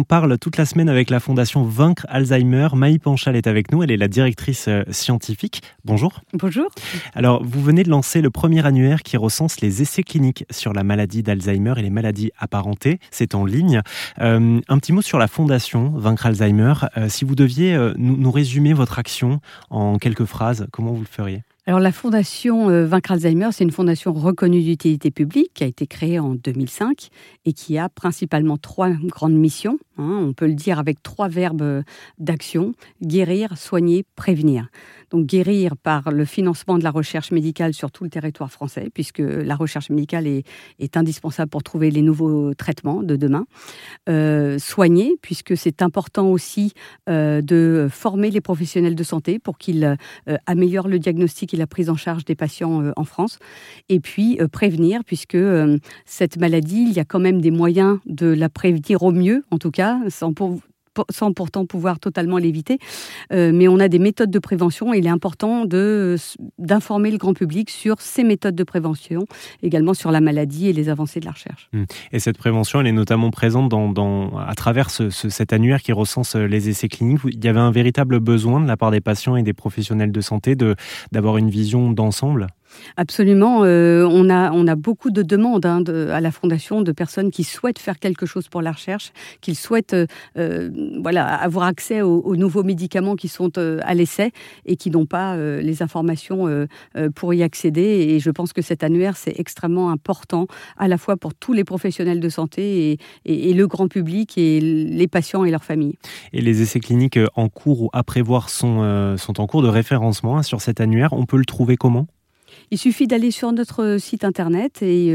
parle toute la semaine avec la Fondation Vaincre Alzheimer. Maï Panchal est avec nous, elle est la directrice scientifique. Bonjour. Bonjour. Alors, vous venez de lancer le premier annuaire qui recense les essais cliniques sur la maladie d'Alzheimer et les maladies apparentées. C'est en ligne. Un petit mot sur la Fondation Vaincre Alzheimer. Si vous deviez nous résumer votre action en quelques phrases, comment vous le feriez ? Alors la fondation Vaincre Alzheimer, c'est une fondation reconnue d'utilité publique qui a été créée en 2005 et qui a principalement 3 grandes missions. On peut le dire avec 3 verbes d'action: guérir, soigner, prévenir. Donc guérir par le financement de la recherche médicale sur tout le territoire français, puisque la recherche médicale est indispensable pour trouver les nouveaux traitements de demain. Soigner, puisque c'est important aussi de former les professionnels de santé pour qu'ils améliorent le diagnostic et la prise en charge des patients en France. Et puis prévenir, puisque cette maladie, il y a quand même des moyens de la prévenir au mieux, en tout cas, sans pourtant pouvoir totalement l'éviter. Mais on a des méthodes de prévention et il est important d'informer le grand public sur ces méthodes de prévention, également sur la maladie et les avancées de la recherche. Et cette prévention, elle est notamment présente à travers cet annuaire qui recense les essais cliniques. Il y avait un véritable besoin de la part des patients et des professionnels de santé d'avoir une vision d'ensemble ? Absolument. On a beaucoup de demandes à la Fondation de personnes qui souhaitent faire quelque chose pour la recherche, qui souhaitent avoir accès aux nouveaux médicaments qui sont à l'essai et qui n'ont pas les informations pour y accéder. Et je pense que cet annuaire, c'est extrêmement important à la fois pour tous les professionnels de santé et le grand public et les patients et leurs familles. Et les essais cliniques en cours ou à prévoir sont en cours de référencement sur cet annuaire. On peut le trouver comment ? Il suffit d'aller sur notre site internet et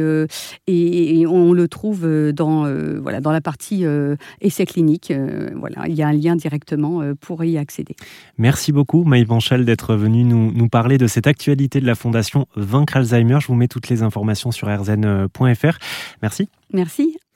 on le trouve dans la partie essais cliniques. Il y a un lien directement pour y accéder. Merci beaucoup Maï Panchal d'être venue nous parler de cette actualité de la Fondation Vaincre Alzheimer. Je vous mets toutes les informations sur rzn.fr. Merci. Merci.